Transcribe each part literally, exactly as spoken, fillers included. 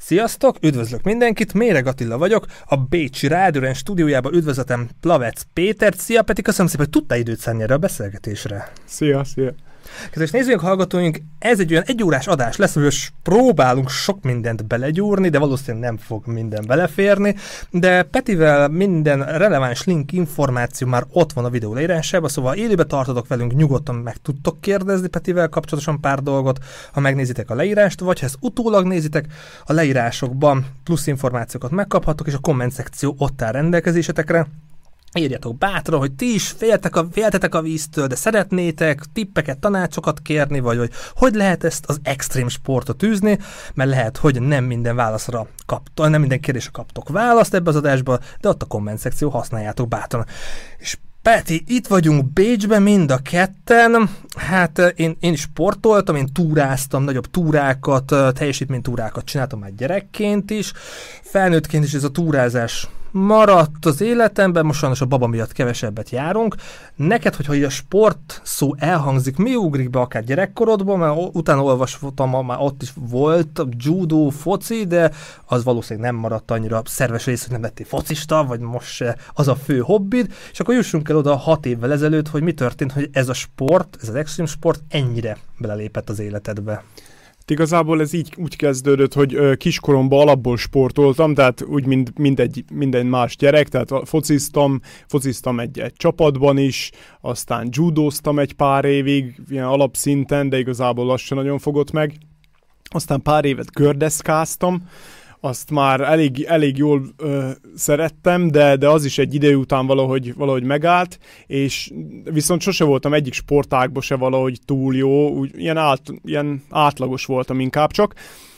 Sziasztok, üdvözlök mindenkit, Méreg Attila vagyok, a Bécsi Rádió stúdiójában üdvözletem Plavec Pétert. Szia Peti, köszönöm szépen, hogy tudtál időt szánni erre a beszélgetésre. Szia, szia. Kedves nézőink, hallgatóink, ez egy olyan egyórás adás lesz, hogy próbálunk sok mindent belegyúrni, de valószínűleg nem fog minden beleférni, de Petivel minden releváns link, információ már ott van a videó leírásában, szóval élőbe tartotok velünk, nyugodtan meg tudtok kérdezni Petivel kapcsolatosan pár dolgot, ha megnézitek a leírást, vagy ha ezt utólag nézitek, a leírásokban plusz információkat megkaphatok, és a komment szekció ott áll rendelkezésetekre. Írjatok bátran, hogy ti is féltek a, féltetek a víztől, de szeretnétek tippeket, tanácsokat kérni, vagy hogy hogy lehet ezt az extrém sportot űzni, mert lehet, hogy nem minden válaszra kaptok, nem minden kérdésre kaptok választ ebbe az adásba, de ott a komment szekció, használjátok bátran. És Peti, itt vagyunk Bécsben mind a ketten, hát én, én is sportoltam, én túráztam, nagyobb túrákat, teljesítménytúrákat csináltam már gyerekként is, felnőttként is ez a túrázás maradt az életemben, most sajnos a baba miatt kevesebbet járunk. Neked, hogyha a sport szó elhangzik, mi ugrik be akár gyerekkorodban, mert utána olvastam, már ott is volt judo, foci, de az valószínűleg nem maradt annyira szerves rész, hogy nem lettél focista, vagy most se az a fő hobbid, és akkor jussunk el oda hat évvel ezelőtt, hogy mi történt, hogy ez a sport, ez az extrém sport ennyire belelépett az életedbe. Igazából ez így úgy kezdődött, hogy ö, kiskoromban alapból sportoltam, tehát úgy, mint mindegy, minden más gyerek, tehát fociztam, fociztam egy, egy csapatban is, aztán judóztam egy pár évig, ilyen alapszinten, de igazából lassan nagyon fogott meg. Aztán pár évet gördeszkáztam, azt már elég, elég jól ö, szerettem, de, de az is egy idő után valahogy, valahogy megállt, és viszont sose voltam egyik sportágban se valahogy túl jó, úgy, ilyen, át, ilyen átlagos voltam inkább csak,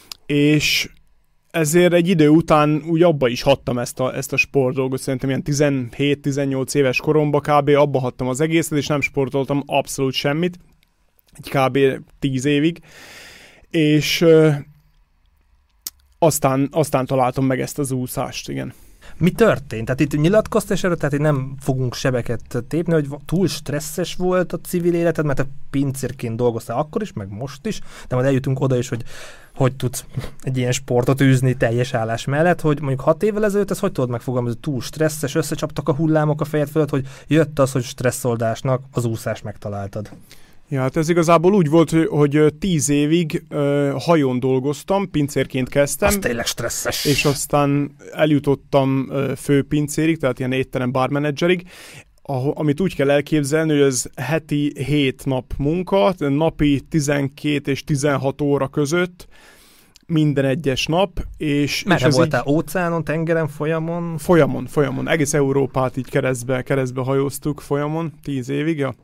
és ezért egy idő után úgy abba is hattam ezt a, ezt a sport dolgot, szerintem ilyen tizenhét-tizennyolc éves koromban kb. Abba hattam az egészet, és nem sportoltam abszolút semmit, egy kb. tíz évig, és ö, Aztán, aztán találtam meg ezt az úszást, igen. Mi történt? Tehát itt nyilatkoztál erről, tehát itt nem fogunk sebeket tépni, hogy túl stresszes volt a civil életed, mert te pincérként dolgoztál akkor is, meg most is, de majd eljutunk oda is, hogy hogy tudsz egy ilyen sportot űzni teljes állás mellett, hogy mondjuk hat évvel ezelőtt ez hogy tudod megfogalmazni, túl stresszes, összecsaptak a hullámok a fejed fölött, hogy jött az, hogy stresszoldásnak az úszást megtaláltad. Ja, hát ez igazából úgy volt, hogy, hogy tíz évig uh, hajón dolgoztam, pincérként kezdtem. Az tényleg stresszes. És aztán eljutottam uh, főpincérig, tehát ilyen étterem barmenedzserig, ah, amit úgy kell elképzelni, hogy ez heti hét nap munka, napi tizenkét és tizenhat óra között, minden egyes nap, és... Merre és voltál? így... Óceánon, tengeren, folyamon? Folyamon, folyamon. Egész Európát így keresztbe, keresztbe hajóztuk folyamon, tíz évig, ja.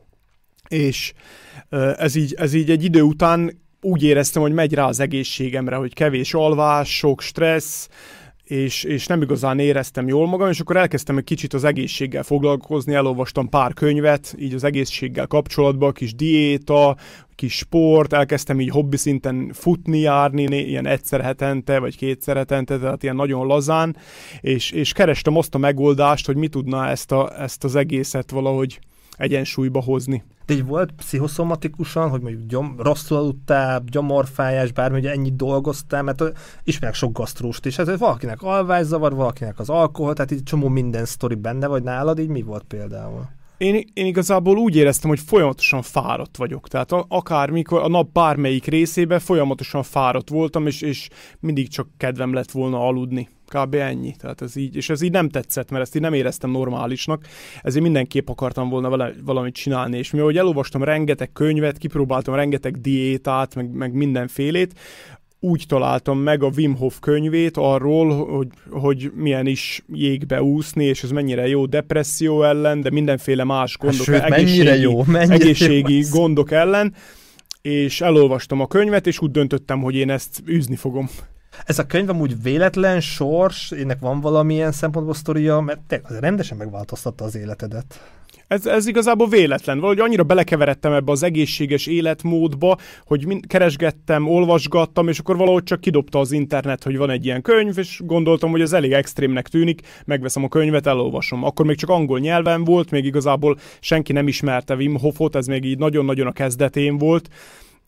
És ez így, ez így egy idő után úgy éreztem, hogy megy rá az egészségemre, hogy kevés alvás, sok stressz, és, és nem igazán éreztem jól magam, és akkor elkezdtem egy kicsit az egészséggel foglalkozni, elolvastam pár könyvet, így az egészséggel kapcsolatban, kis diéta, kis sport, elkezdtem így hobbi szinten futni, járni, ilyen egyszer hetente, vagy kétszer hetente, tehát ilyen nagyon lazán, és, és kerestem azt a megoldást, hogy mi tudná ezt, a, ezt az egészet valahogy egyensúlyba hozni. De így volt pszichoszomatikusan, hogy mondjuk gyom, rosszul aludtál, gyomorfájás, bármi, ugye ennyit dolgoztál, mert ismerek sok gasztróst is, ez valakinek alvászavar, valakinek az alkohol, tehát így csomó minden sztori benne, vagy nálad így mi volt például? Én, én igazából úgy éreztem, hogy folyamatosan fáradt vagyok, tehát akármikor, a nap bármelyik részében folyamatosan fáradt voltam, és, és mindig csak kedvem lett volna aludni. Kb. Ennyi. Tehát ez így, és ez így nem tetszett, mert ezt így nem éreztem normálisnak, ezért mindenképp akartam volna vele valamit csinálni, és mivel elolvastam rengeteg könyvet, kipróbáltam rengeteg diétát, meg, meg mindenfélét, úgy találtam meg a Wim Hof könyvét arról, hogy, hogy milyen is jégbe úszni, és ez mennyire jó depresszió ellen, de mindenféle más gondok, Sőt, egészségi, mennyire jó, mennyire egészségi jó gondok ellen, és elolvastam a könyvet, és úgy döntöttem, hogy én ezt űzni fogom. Ez a könyv amúgy véletlen sors, ennek van valamilyen szempontból sztoria, mert te rendesen megváltoztatta az életedet. Ez, ez igazából véletlen. Valahogy annyira belekeveredtem ebbe az egészséges életmódba, hogy mind keresgettem, olvasgattam, és akkor valahogy csak kidobta az internet, hogy van egy ilyen könyv, és gondoltam, hogy ez elég extrémnek tűnik, megveszem a könyvet, elolvasom. Akkor még csak angol nyelven volt, még igazából senki nem ismerte Wim Hofot, ez még így nagyon-nagyon a kezdetén volt,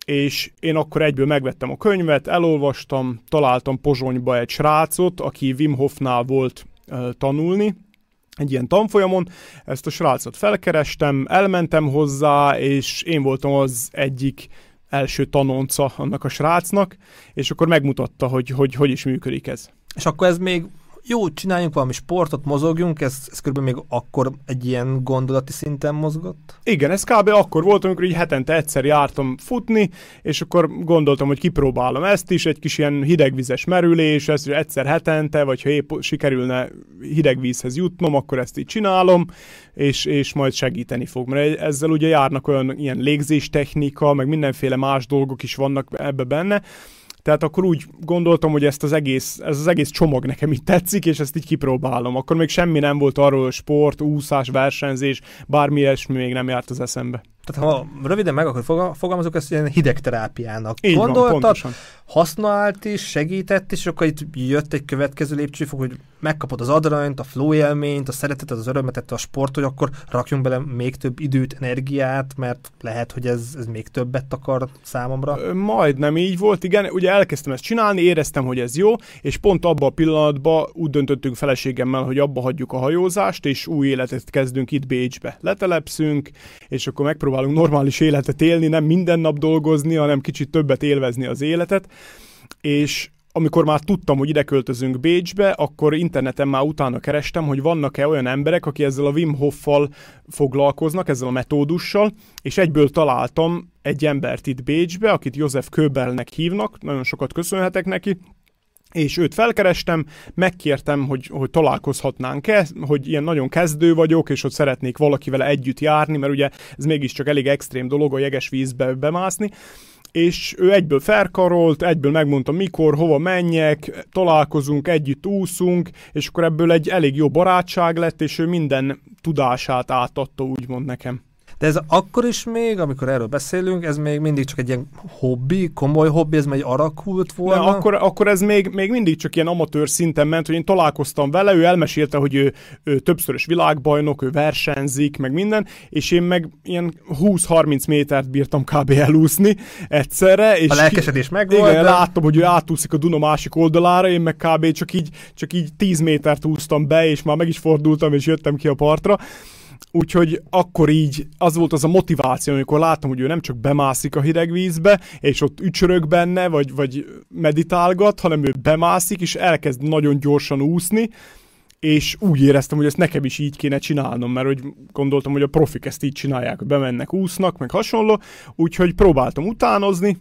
és én akkor egyből megvettem a könyvet, elolvastam, találtam Pozsonyba egy srácot, aki Wim Hofnál volt uh, tanulni, egy ilyen tanfolyamon, ezt a srácot felkerestem, elmentem hozzá, és én voltam az egyik első tanonca annak a srácnak, és akkor megmutatta, hogy hogy, hogy is működik ez. És akkor ez még jó, csináljunk valami sportot, mozogjunk, ez, ez körülbelül még akkor egy ilyen gondolati szinten mozgott? Igen, ez kb. Akkor volt, amikor így hetente egyszer jártam futni, és akkor gondoltam, hogy kipróbálom ezt is, egy kis ilyen hidegvizes merülés, ez egyszer hetente, vagy ha épp sikerülne hidegvízhez jutnom, akkor ezt így csinálom, és, és majd segíteni fog. Mert ezzel ugye járnak olyan ilyen légzéstechnika, meg mindenféle más dolgok is vannak ebbe benne. Tehát akkor úgy gondoltam, hogy ezt az egész, ez az egész csomag nekem így tetszik, és ezt így kipróbálom. Akkor még semmi nem volt arról, sport, úszás, versenyzés, bármi ilyesmi még nem járt az eszembe. Tehát ha röviden meg akkor fogalmazok, ezt ilyen hidegterápiának így gondoltad, van, használt is, segített is, és akkor itt jött egy következő lépcsőfok, hogy megkapod az adranyt, a flow élményt, a szeretetet, az örömet, a sport, hogy akkor rakjunk bele még több időt, energiát, mert lehet, hogy ez, ez még többet akar számomra. Majdnem így volt, igen. Ugye elkezdtem ezt csinálni, éreztem, hogy ez jó, és pont abban a pillanatban úgy döntöttünk feleségemmel, hogy abba hagyjuk a hajózást, és új életet kezdünk itt Bécsbe. Letelepszünk, és akkor megpróbálunk normális életet élni, nem minden nap dolgozni, hanem kicsit többet élvezni az életet. És amikor már tudtam, hogy ide költözünk Bécsbe, akkor interneten már utána kerestem, hogy vannak-e olyan emberek, akik ezzel a Wim Hoffal foglalkoznak, ezzel a metódussal, és egyből találtam egy embert itt Bécsbe, akit József Köberlnek hívnak, nagyon sokat köszönhetek neki, és őt felkerestem, megkértem, hogy, hogy találkozhatnánk-e, hogy ilyen nagyon kezdő vagyok, és hogy szeretnék valakivel együtt járni, mert ugye ez mégiscsak elég extrém dolog a jeges vízbe bemászni, és ő egyből felkarolt, egyből megmondta mikor, hova menjek, találkozunk, együtt úszunk, és akkor ebből egy elég jó barátság lett, és ő minden tudását átadta, úgymond nekem. De ez akkor is még, amikor erről beszélünk, ez még mindig csak egy ilyen hobbi, komoly hobbi, ez már egy arakult volna? De akkor, akkor ez még, még mindig csak ilyen amatőr szinten ment, hogy én találkoztam vele, ő elmesélte, hogy ő, ő többszörös világbajnok, ő versenyzik, meg minden, és én meg ilyen húsz-harminc métert bírtam kb. Elúszni egyszerre. És a lelkesedés megvolt. Igen, de... láttam, hogy ő átúszik a Duna másik oldalára, én meg kb. Csak így, csak így tíz métert úsztam be, és már meg is fordultam, és jöttem ki a partra. Úgyhogy akkor így az volt az a motiváció, amikor láttam, hogy ő nem csak bemászik a hideg vízbe, és ott ücsörög benne, vagy, vagy meditálgat, hanem ő bemászik, és elkezd nagyon gyorsan úszni, és úgy éreztem, hogy ezt nekem is így kéne csinálnom, mert hogy gondoltam, hogy a profik ezt így csinálják, hogy bemennek, úsznak, meg hasonló, úgyhogy próbáltam utánozni,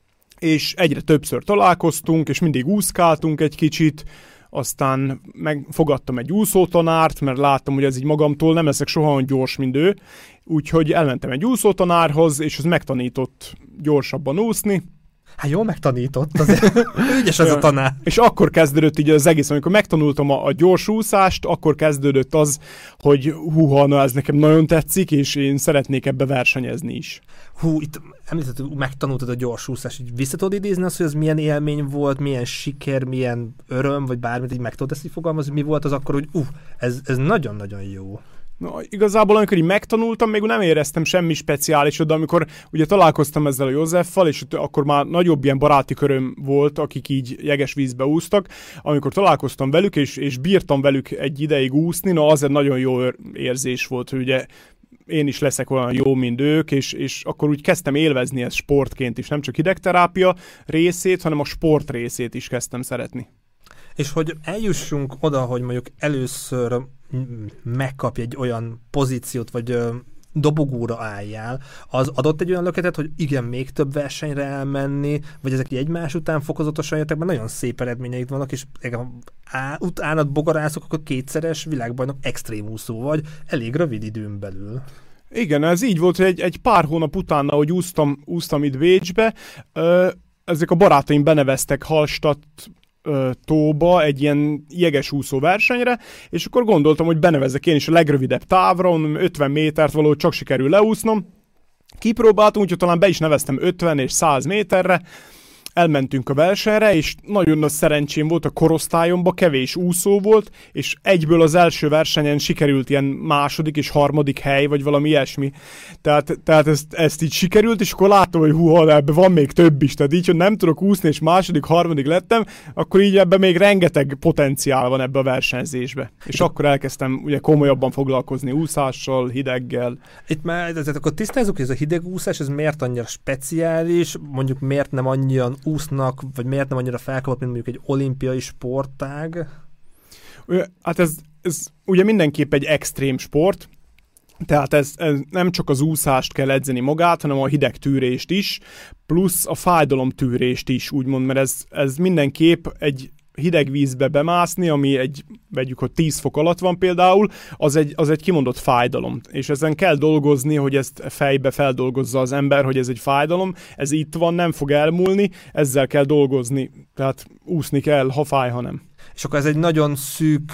és egyre többször találkoztunk, és mindig úszkáltunk egy kicsit, aztán megfogadtam egy úszótanárt, mert láttam, hogy ez így magamtól nem leszek soha olyan gyors, mint ő, úgyhogy elmentem egy úszótanárhoz, és az megtanított gyorsabban úszni. Hát jól megtanított, azért ügyes ez a tanár. És akkor kezdődött így az egész, amikor megtanultam a, a gyors úszást, akkor kezdődött az, hogy húha, na ez nekem nagyon tetszik, és én szeretnék ebbe versenyezni is. Hú, itt említetted, hogy megtanultad a gyors úszást, így vissza tudod idézni azt, hogy ez milyen élmény volt, milyen siker, milyen öröm, vagy bármit, így meg tudod ezt így fogalmazni, mi volt az akkor, hogy uh, ez, ez nagyon-nagyon jó. Na, igazából, amikor így megtanultam, még nem éreztem semmi speciálisat, de amikor ugye találkoztam ezzel a Józseffal, és akkor már nagyobb ilyen baráti köröm volt, akik így jeges vízbe úsztak, amikor találkoztam velük, és, és bírtam velük egy ideig úszni, na az egy nagyon jó érzés volt, hogy ugye én is leszek olyan jó, mint ők, és, és akkor úgy kezdtem élvezni ezt sportként is, nem csak hidegterápia részét, hanem a sport részét is kezdtem szeretni. És hogy eljussunk oda, hogy mondjuk először megkapj egy olyan pozíciót, vagy ö, dobogóra álljál, az adott egy olyan löketet, hogy igen, még több versenyre elmenni, vagy ezek egymás után fokozatosan jöttek, mert nagyon szép eredményeid vannak, és á, utánad bogarászok, akkor kétszeres világbajnok extrém úszó vagy, elég rövid időn belül. Igen, ez így volt, hogy egy, egy pár hónap utána, hogy úsztam, úsztam itt Bécsbe, ö, ezek a barátaim beneveztek Hallstatt tóba egy ilyen jegesúszó versenyre, és akkor gondoltam, hogy benevezzek én is a legrövidebb távra, onnan ötven métert valahogy csak sikerül leúsznom. Kipróbáltam, úgyhogy talán be is neveztem ötven és száz méterre, elmentünk a versenyre, és nagyon nagy szerencsém volt, a korosztályomban kevés úszó volt, és egyből az első versenyen sikerült ilyen második és harmadik hely, vagy valami ilyesmi. Tehát, tehát ezt, ezt így sikerült, és akkor láttam, hogy húha, ebben van még több is. Tehát így, hogy nem tudok úszni, és második, harmadik lettem, akkor így ebben még rengeteg potenciál van ebbe a versenyzésbe. És akkor elkezdtem ugye komolyabban foglalkozni úszással, hideggel. Itt már, tehát akkor tisztázzuk, hogy ez a hidegúszás, ez miért annyira speciális, mondjuk miért nem annyian úsznak, vagy miért nem annyira felkapott, mint mondjuk egy olimpiai sportág? Hát ez, ez ugye mindenképp egy extrém sport, tehát ez, ez nem csak az úszást kell edzeni magát, hanem a hidegtűrést is, plusz a fájdalomtűrést is, úgymond, mert ez, ez mindenképp egy hideg vízbe bemászni, ami egy, vegyük, hogy tíz fok alatt van például, az egy, az egy kimondott fájdalom. És ezen kell dolgozni, hogy ezt fejbe feldolgozza az ember, hogy ez egy fájdalom, ez itt van, nem fog elmúlni, ezzel kell dolgozni, tehát úszni kell, ha fáj, ha nem. És akkor ez egy nagyon szűk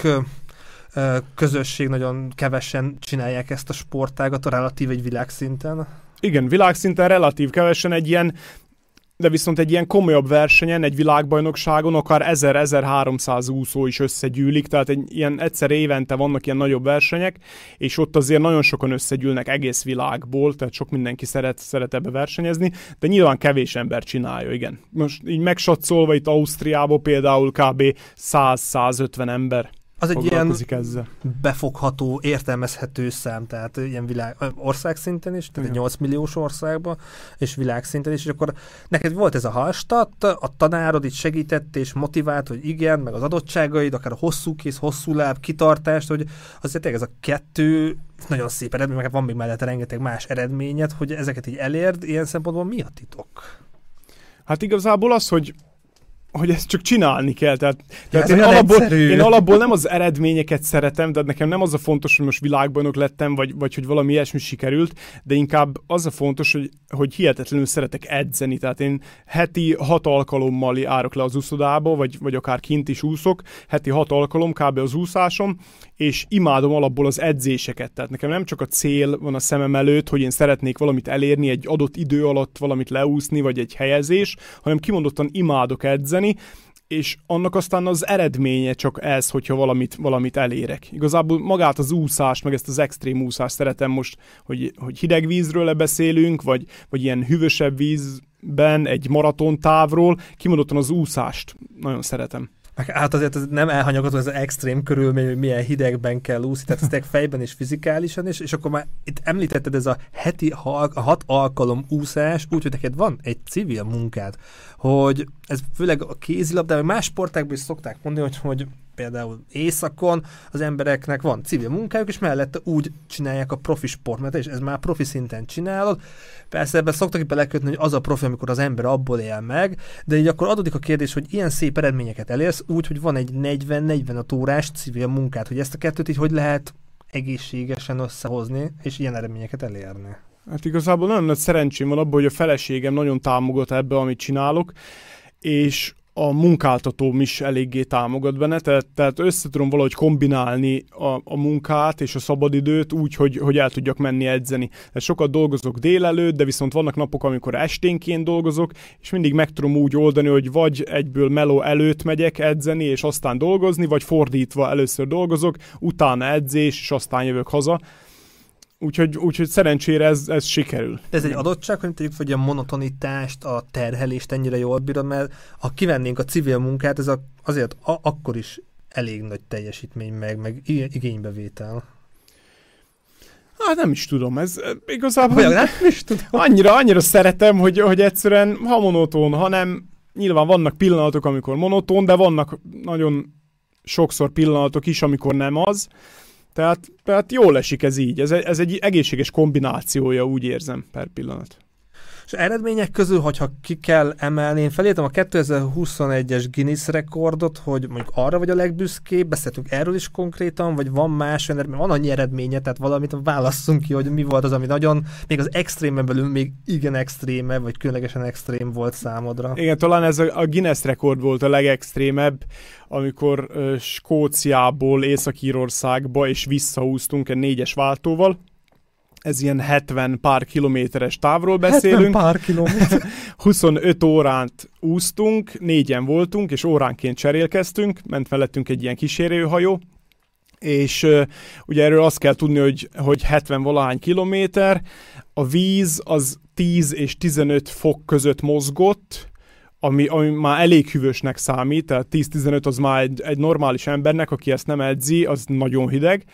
közösség, nagyon kevesen csinálják ezt a sportágat, a relatív egy világszinten? Igen, világszinten relatív kevesen, egy ilyen, de viszont egy ilyen komolyabb versenyen, egy világbajnokságon akár ezer-ezerháromszáz úszó is összegyűlik, tehát egy ilyen egyszer évente vannak ilyen nagyobb versenyek, és ott azért nagyon sokan összegyűlnek egész világból, tehát sok mindenki szeret, szeret ebbe versenyezni, de nyilván kevés ember csinálja, igen. Most így megsatszolva itt Ausztriában például kb. száz-százötven ember. Az egy ilyen ezzel. befogható, értelmezhető szám, tehát ilyen világ, országszinten is, tehát egy nyolc milliós országban, és világszinten is, és akkor neked volt ez a Hallstatt, a tanárod itt segített és motivált, hogy igen, meg az adottságaid, akár a hosszú kéz, hosszú láb, kitartást, hogy azért ez a kettő nagyon szép eredmény, meg van még mellette rengeteg más eredményed, hogy ezeket így elérd, ilyen szempontból mi a titok? Hát igazából az, hogy hogy ezt csak csinálni kell. Tehát, tehát ja, én, alapból, én alapból nem az eredményeket szeretem, de nekem nem az a fontos, hogy most világbajnok lettem, vagy, vagy hogy valami ilyesmi sikerült, de inkább az a fontos, hogy, hogy hihetetlenül szeretek edzeni. Tehát én heti hat alkalommal járok le az úszodába, vagy, vagy akár kint is úszok, heti hat alkalom kb. Az úszásom, és imádom alapból az edzéseket. Tehát nekem nem csak a cél van a szemem előtt, hogy én szeretnék valamit elérni, egy adott idő alatt valamit leúszni, vagy egy helyezés, hanem kimondottan imádok edzeni, és annak aztán az eredménye csak ez, hogyha valamit, valamit elérek. Igazából magát az úszást, meg ezt az extrém úszást szeretem most, hogy, hogy hideg vízről beszélünk, vagy, vagy ilyen hűvösebb vízben, egy maratontávról, kimondottan az úszást nagyon szeretem. Hát azért ez nem elhanyagolható, ez az extrém körülmény, hogy milyen hidegben kell úszni, tehát ez fejben és fizikálisan is, és akkor már itt említetted ez a heti a hat alkalom úszás, úgyhogy neked van egy civil munkád, hogy ez főleg a kézilabdában, más sportákban is szokták mondani, hogy, hogy például éjszakon az embereknek van civil munkájuk, és mellette úgy csinálják a profi sportmet, és ez már profi szinten csinálod. Persze ebben szoktak belekötni, hogy az a profi, amikor az ember abból él meg, de így akkor adódik a kérdés, hogy ilyen szép eredményeket elérsz, úgy, hogy van egy negyven-negyvenöt órás civil munkát, hogy ezt a kettőt így hogy lehet egészségesen összehozni, és ilyen eredményeket elérni. Hát igazából nagyon nagy szerencsém van abban, hogy a feleségem nagyon támogat ebbe, amit csinálok, és a munkáltatóm is eléggé támogat benne, tehát, tehát össze tudom valahogy kombinálni a, a munkát és a szabadidőt úgy, hogy, hogy el tudjak menni edzeni. Tehát sokat dolgozok délelőtt, de viszont vannak napok, amikor esténként dolgozok, és mindig meg tudom úgy oldani, hogy vagy egyből meló előtt megyek edzeni, és aztán dolgozni, vagy fordítva először dolgozok, utána edzés, és aztán jövök haza. Úgyhogy, úgyhogy szerencsére ez, ez sikerül. De ez egy adottság, hogy tegyük, hogy a monotonitást, a terhelést ennyire jól bírod, mert ha kivennénk a civil munkát, ez a, azért a, akkor is elég nagy teljesítmény, meg, meg igénybevétel. Hát nem is tudom, ez igazából Olyan, nem is tudom. Annyira, annyira szeretem, hogy, hogy egyszerűen ha monoton, hanem nyilván vannak pillanatok, amikor monoton, de vannak nagyon sokszor pillanatok is, amikor nem az. Tehát, tehát jól esik ez így. Ez, ez egy egészséges kombinációja, úgy érzem, per pillanat. És eredmények közül, hogyha ki kell emelni, én felírtam a kétezer-huszonegyes Guinness rekordot, hogy mondjuk arra vagy a legbüszkébb, beszéltünk erről is konkrétan, vagy van más olyan eredmény, van annyi eredménye, tehát valamit válasszunk ki, hogy mi volt az, ami nagyon, még az extrémen belül még igen extrémebb, vagy különlegesen extrém volt számodra. Igen, talán ez a Guinness rekord volt a legextrémebb, amikor uh, Skóciából Észak-Írországba és visszahúztunk egy négyes váltóval. ez ilyen hetven pár kilométeres távról beszélünk. hetven pár kilométer. huszonöt órát úsztunk, négyen voltunk, és óránként cserélkeztünk, ment mellettünk egy ilyen kísérőhajó, és uh, ugye erről azt kell tudni, hogy, hogy hetven valahány kilométer, a víz az tíz és tizenöt fok között mozgott, ami, ami már elég hűvösnek számít, tehát tíz-tizenöt az már egy, egy normális embernek, aki ezt nem edzi, az nagyon hideg,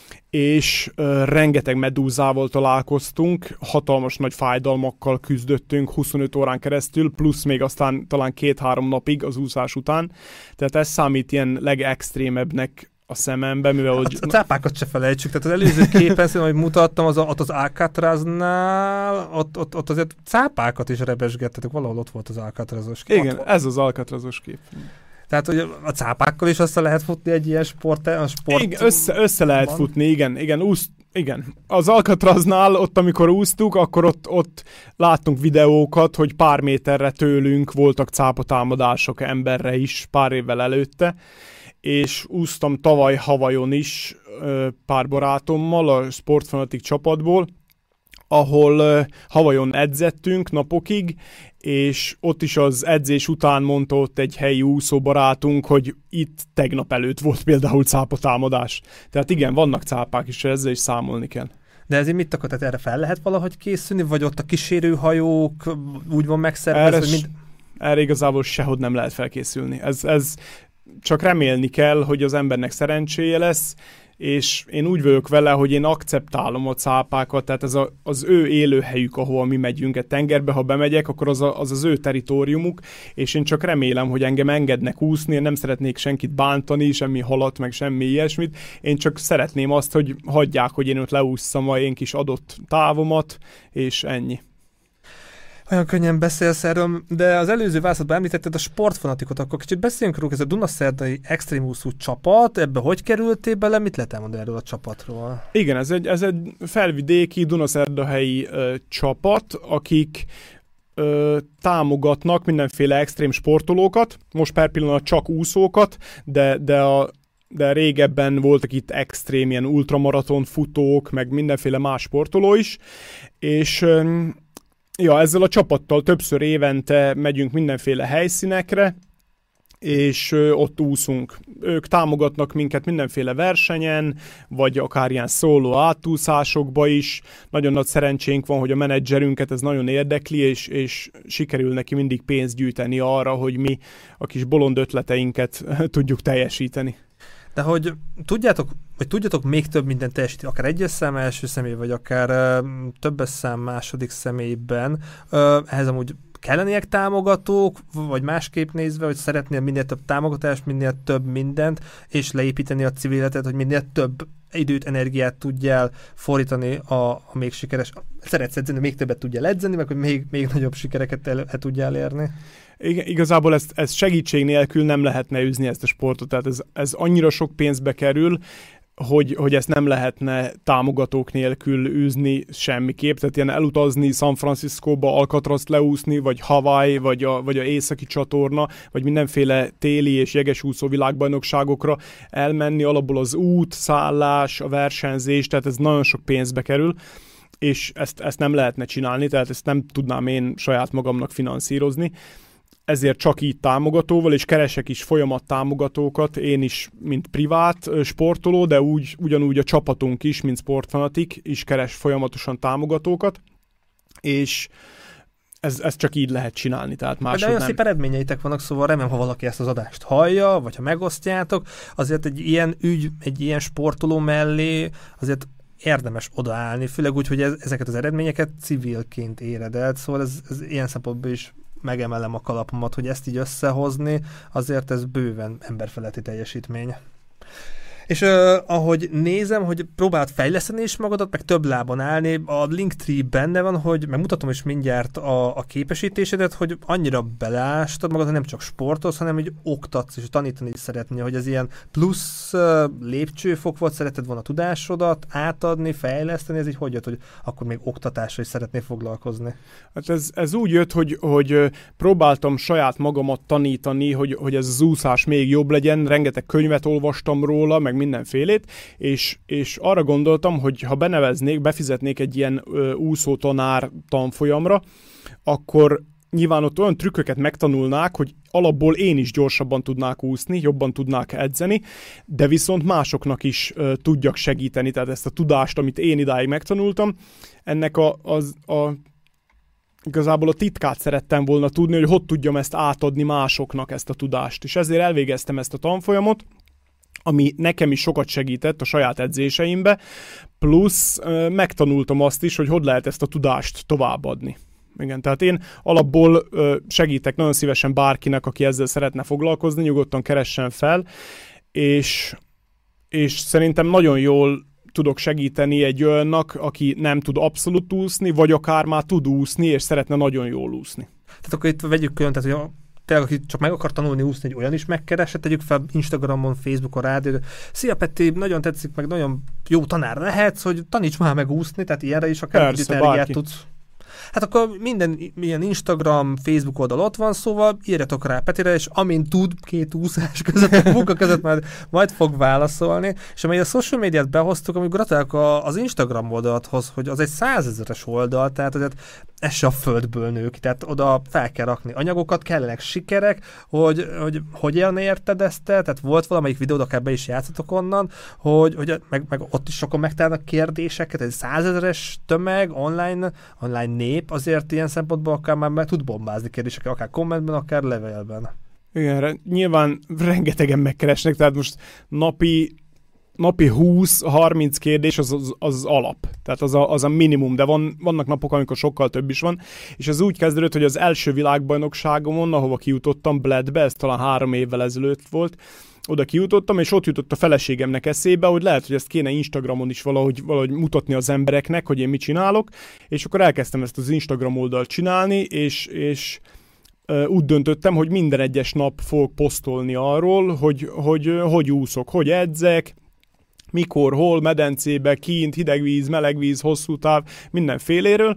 és uh, rengeteg medúzával találkoztunk, hatalmas nagy fájdalmakkal küzdöttünk huszonöt órán keresztül, plusz még aztán talán két-három napig az úszás után, tehát ez számít ilyen legextrémebbnek a szemembe, mivel hogy... A, a cápákat se felejtsük, tehát az előző képen, amit mutattam, az, ott az Alcatraznál, ott, ott, ott azért cápákat is rebesgettetek, valahol ott volt az Alcatrazos kép. Igen, ez az Alcatrazos kép. Tehát, hogy a cápákkal is össze lehet futni egy ilyen sport... A sport igen, össze, össze lehet futni, igen, igen, úsz, igen. Az Alcatraznál, ott amikor úsztuk, akkor ott, ott láttunk videókat, hogy pár méterre tőlünk voltak cápatámadások emberre is pár évvel előtte, és úsztam tavaly Havajon is pár barátommal a Sportfanatic csapatból, ahol Havajon edzettünk napokig, és ott is az edzés után mondta ott egy helyi úszóbarátunk, hogy itt tegnap előtt volt például cápatámadás. Tehát igen, vannak cápák is, ezzel is számolni kell. De ezért mit akar, tehát erre fel lehet valahogy készülni, vagy ott a kísérőhajók úgy van megszervezve, erre, hogy mind... erre igazából sehogy nem lehet felkészülni. Ez, ez csak remélni kell, hogy az embernek szerencséje lesz, és én úgy vagyok vele, hogy én akceptálom a cápákat, tehát ez a, az ő élőhelyük, ahol mi megyünk egy tengerbe, ha bemegyek, akkor az, a, az az ő teritoriumuk, és én csak remélem, hogy engem engednek úszni, én nem szeretnék senkit bántani, semmi halat, meg semmi ilyesmit, én csak szeretném azt, hogy hagyják, hogy én ott leússzam a én kis adott távomat, és ennyi. Olyan könnyen beszélsz erről, de az előző válaszatban említetted a Sportfanaticot, akkor kicsit beszéljünk róla, ez a Dunaszerdai extrém úszó csapat, ebbe hogy kerültél bele, mit lehet elmondani erről a csapatról? Igen, ez egy, ez egy felvidéki Dunaszerdahelyi ö, csapat, akik ö, támogatnak mindenféle extrém sportolókat, most per pillanat csak úszókat, de, de a de régebben voltak itt extrém ilyen ultramaraton futók, meg mindenféle más sportoló is, és ö, ja, ezzel a csapattal többször évente megyünk mindenféle helyszínekre, és ott úszunk. Ők támogatnak minket mindenféle versenyen, vagy akár ilyen szóló átúszásokba is. Nagyon nagy szerencsénk van, hogy a menedzserünket ez nagyon érdekli, és, és sikerül neki mindig pénzt gyűjteni arra, hogy mi a kis bolond ötleteinket tudjuk teljesíteni. De hogy tudjátok, vagy tudjatok még több mindent teljesíteni, akár egyes szám első személy, vagy akár uh, többes szám második személyben, uh, ehhez amúgy kellenének támogatók, vagy másképp nézve, hogy szeretnél minél több támogatást, minél több mindent, és leépíteni a civil életet, hogy minél több időt, energiát tudjál fordítani a, a még sikeres, szeretsz edzeni, még többet tudjál edzeni, meg hogy még, még nagyobb sikereket el, el tudjál érni. Igen, igazából ezt, ezt segítség nélkül nem lehetne űzni ezt a sportot, tehát ez, ez annyira sok pénzbe kerül, hogy, hogy ezt nem lehetne támogatók nélkül űzni semmiképp, tehát ilyen elutazni San Franciscóba, Alcatrazt leúszni, vagy Hawaii, vagy a, vagy a északi csatorna, vagy mindenféle téli és jegesúszó világbajnokságokra elmenni, alapból az út, szállás, a versenyzés, tehát ez nagyon sok pénzbe kerül, és ezt, ezt nem lehetne csinálni, tehát ezt nem tudnám én saját magamnak finanszírozni. Ezért csak így támogatóval, és keresek is folyamat támogatókat, én is, mint privát sportoló, de úgy, ugyanúgy a csapatunk is, mint Sportfanatic, is keres folyamatosan támogatókat, és ez, ez csak így lehet csinálni, tehát máshogy nem. De nem. szép eredményeitek vannak, szóval remélem, ha valaki ezt az adást hallja, vagy ha megosztjátok, azért egy ilyen ügy, egy ilyen sportoló mellé azért érdemes odaállni, főleg úgy, hogy ez, ezeket az eredményeket civilként éred el, szóval ez, ez ilyen szempontból is megemelem a kalapomat, hogy ezt így összehozni, azért ez bőven emberfeletti teljesítmény. És uh, ahogy nézem, hogy próbáld fejleszteni is magadat, meg több lábon állni, a Linktree benne van, hogy megmutatom is mindjárt a, a képesítésedet, hogy annyira beleástad magad, hogy nem csak sportolsz, hanem hogy oktatsz és tanítani is szeretnél, hogy ez ilyen plusz uh, lépcsőfok volt, szereted volna tudásodat átadni, fejleszteni, ez így hogy jött, hogy akkor még oktatással is szeretnél foglalkozni? Hát ez, ez úgy jött, hogy, hogy próbáltam saját magamat tanítani, hogy, hogy ez az úszás még jobb legyen, rengeteg könyvet olvastam róla, meg mindenfélét, és, és arra gondoltam, hogy ha beneveznék, befizetnék egy ilyen ö, úszótanár tanfolyamra, akkor nyilván ott olyan trükköket megtanulnák, hogy alapból én is gyorsabban tudnák úszni, jobban tudnák edzeni, de viszont másoknak is uh, tudjak segíteni, tehát ezt a tudást, amit én idáig megtanultam, ennek a, az, a igazából a titkát szerettem volna tudni, hogy hogy tudjam ezt átadni másoknak, ezt a tudást. És ezért elvégeztem ezt a tanfolyamot, ami nekem is sokat segített a saját edzéseimbe, plusz uh, megtanultam azt is, hogy hogy lehet ezt a tudást továbbadni. Igen, tehát én alapból ö, segítek nagyon szívesen bárkinek, aki ezzel szeretne foglalkozni, nyugodtan keressen fel, és, és szerintem nagyon jól tudok segíteni egy olyannak, aki nem tud abszolút úszni, vagy akár már tud úszni, és szeretne nagyon jól úszni. Tehát akkor itt vegyük külön, tehát hogy tényleg, aki csak meg akar tanulni úszni, egy olyan is megkeresett, tegyük fel Instagramon, Facebookon, rádió. Szia Peti, nagyon tetszik, meg nagyon jó tanár lehetsz, hogy taníts már meg úszni, tehát ilyenre is akár Persze, együtt energiát tudsz. Hát akkor minden ilyen Instagram, Facebook oldal ott van, szóval írjatok rá Petire, és amint tud, két úszás között, a munka között majd, majd fog válaszolni. És amely a social médiát behoztuk, amikor gratulálok az Instagram oldalathoz, hogy az egy százezeres oldal, tehát hogy ez se a földből nő ki, tehát oda fel kell rakni anyagokat, kellenek sikerek, hogy, hogy hogyan érted ezt te, tehát volt valamelyik videód, akár be is játszatok onnan, hogy, hogy meg, meg ott is sokan megtalálnak kérdéseket, egy százezeres tömeg, online, online nép, azért ilyen szempontból akár már meg tud bombázni kérdéseket, akár kommentben, akár levélben. Igen, nyilván rengetegen megkeresnek, tehát most napi napi húsz-harminc kérdés az az, az alap. Tehát az a, az a minimum, de van, vannak napok, amikor sokkal több is van. És ez úgy kezdődött, hogy az első világbajnokságomon, ahova kijutottam, Bledbe, ez talán három évvel ezelőtt volt, oda kijutottam, és ott jutott a feleségemnek eszébe, hogy lehet, hogy ezt kéne Instagramon is valahogy, valahogy mutatni az embereknek, hogy én mit csinálok, és akkor elkezdtem ezt az Instagram oldalt csinálni, és, és úgy döntöttem, hogy minden egyes nap fogok posztolni arról, hogy hogy, hogy úszok, hogy edzek, mikor, hol, medencébe, kint, hideg víz, meleg víz, hosszú táv, mindenféléről,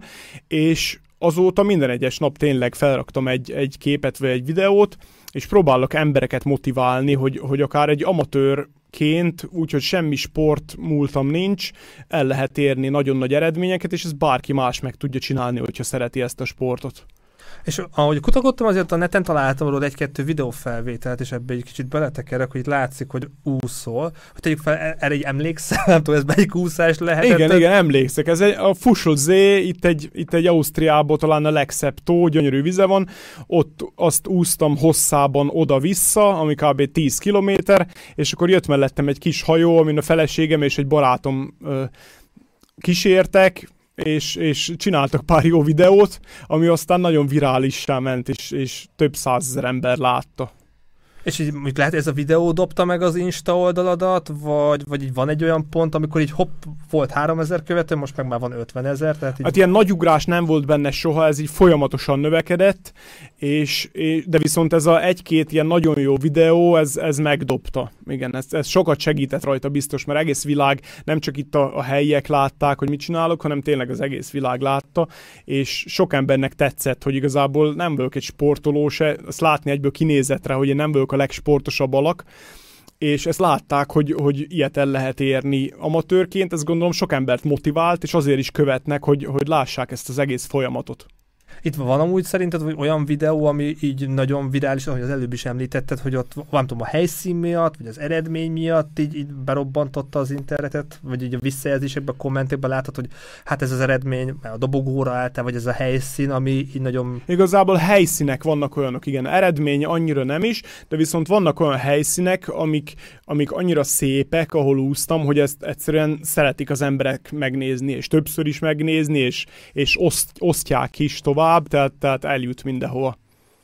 és azóta minden egyes nap tényleg felraktam egy, egy képet vagy egy videót, és próbálok embereket motiválni, hogy, hogy akár egy amatőrként, úgyhogy semmi sport múltam nincs, el lehet érni nagyon nagy eredményeket, és ez bárki más meg tudja csinálni, hogyha szereti ezt a sportot. És ahogy kutakodtam, azért a neten találtam róla egy-kettő videófelvételt, és ebbe egy kicsit beletekerek, hogy látszik, hogy úszol. Hogy tegyük fel, erre egy emlékszel, nem tudom, ez melyik úszás lehetett? Igen, igen, emlékszek. Ez egy, a Fussel-See, itt egy, itt egy Ausztriában talán a legszebb tó, gyönyörű vize van. Ott azt úsztam hosszában oda-vissza, ami kb. tíz kilométer, és akkor jött mellettem egy kis hajó, amin a feleségem és egy barátom ö, kísértek, És, és csináltak pár jó videót, ami aztán nagyon virálissá ment, és, és több százezer ember látta. És így mit lehet, ez a videó dobta meg az Insta oldaladat, vagy, vagy így van egy olyan pont, amikor így hopp, volt háromezer követő, most meg már van ötvenezer? Tehát így... Hát ilyen nagy ugrás nem volt benne soha, ez így folyamatosan növekedett, és, és, de viszont ez a egy-két ilyen nagyon jó videó, ez, ez megdobta. Igen, ez, ez sokat segített rajta biztos, mert egész világ, nem csak itt a, a helyiek látták, hogy mit csinálok, hanem tényleg az egész világ látta, és sok embernek tetszett, hogy igazából nem vagyok egy sportoló se, azt látni egyből kinézetre, hogy én nem vagyok a legsportosabb alak, és ezt látták, hogy, hogy ilyet el lehet érni amatőrként, ez gondolom sok embert motivált, és azért is követnek, hogy, hogy lássák ezt az egész folyamatot. Itt van amúgy szerinted vagy olyan videó, ami így nagyon virális, ahogy az előbb is említetted, hogy ott nem tudom, a helyszín miatt, vagy az eredmény miatt így, így berobbantotta az internetet, vagy így a visszajelzésekben, a kommentekben látod, hogy hát ez az eredmény, a dobogóra álltál, vagy ez a helyszín, ami így nagyon... Igazából helyszínek vannak olyanok, igen, eredmény annyira nem is, de viszont vannak olyan helyszínek, amik, amik annyira szépek, ahol úsztam, hogy ezt egyszerűen szeretik az emberek megnézni, és többször is megnézni, és, és oszt, osztják is tovább, tehát, tehát eljut mindenhova.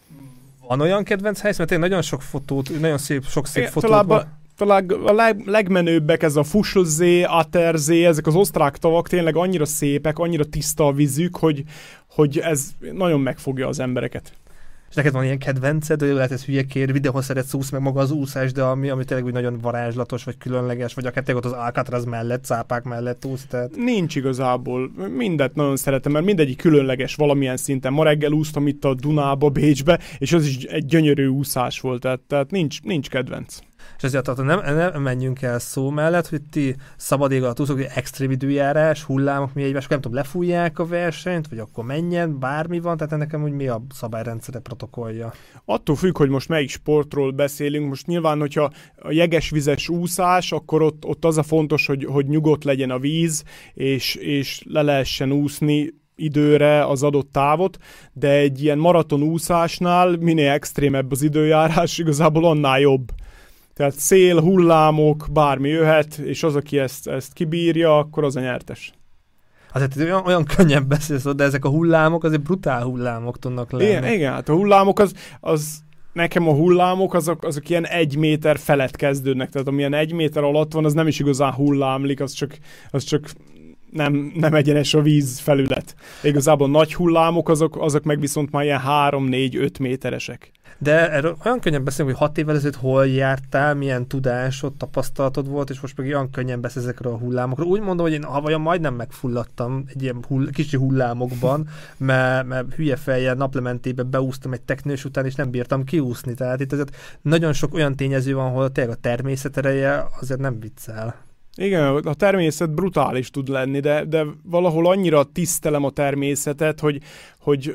Van olyan kedvenc helyszín? Mert én nagyon sok fotót, nagyon szép, sok szép Igen, fotót talán, van. Talán a leg, legmenőbbek ez a Fussel-See, Attersee, ezek az osztrák tavak tényleg annyira szépek, annyira tiszta a vízük, hogy, hogy ez nagyon megfogja az embereket. És neked van ilyen kedvenced, hogy lehet ez hülye kér, videóhoz szeretsz úsz, meg maga az úszás, de ami, ami tényleg úgy nagyon varázslatos, vagy különleges, vagy akár tényleg ott az Alcatraz mellett, cápák mellett úsz, tehát... Nincs igazából. Mindet nagyon szeretem, mert mindegyik különleges valamilyen szinten. Ma reggel úsztam itt a Dunába, Bécsbe, és az is egy gyönyörű úszás volt, tehát, tehát nincs, nincs kedvenc. És ezért nem, nem menjünk el szó mellett, hogy ti szabad ég alatt úszok, hogy extrém időjárás, hullámok, mi egymás, nem tudom, lefújják a versenyt, vagy akkor menjen, bármi van, tehát nekem úgy mi a szabályrendszere protokollja. Attól függ, hogy most melyik sportról beszélünk. Most nyilván, hogyha a jegesvizes úszás, akkor ott, ott az a fontos, hogy, hogy nyugodt legyen a víz, és, és le lehessen úszni időre az adott távot, de egy ilyen maratonúszásnál minél extrémebb az időjárás, igazából annál jobb. Tehát szél, hullámok, bármi jöhet, és az, aki ezt, ezt kibírja, akkor az a nyertes. Azért olyan, olyan könnyen beszélsz, de ezek a hullámok azért brutál hullámok tudnak lenni. Igen, igen, hát a hullámok az, az nekem a hullámok azok, azok ilyen egy méter felett kezdődnek, tehát amilyen egy méter alatt van, az nem is igazán hullámlik, az csak, az csak nem, nem egyenes a víz felület. Igazából nagy hullámok, azok, azok meg viszont már ilyen három, négy, öt méteresek. De erről olyan könnyen beszélünk, hogy hat évvel ezelőtt hol jártál, milyen tudásod, tapasztalatod volt, és most meg olyan könnyen beszélsz ezekről a hullámokról. Úgy mondom, hogy én vajon majdnem megfulladtam egy ilyen hull, kicsi hullámokban, mert, mert hülye fejjel naplementébe beúsztam egy teknős után, és nem bírtam kiúszni. Tehát itt azért nagyon sok olyan tényező van, ahol tényleg a természet ereje azért nem viccel. Igen, a természet brutális tud lenni, de, de valahol annyira tisztelem a természetet, hogy, hogy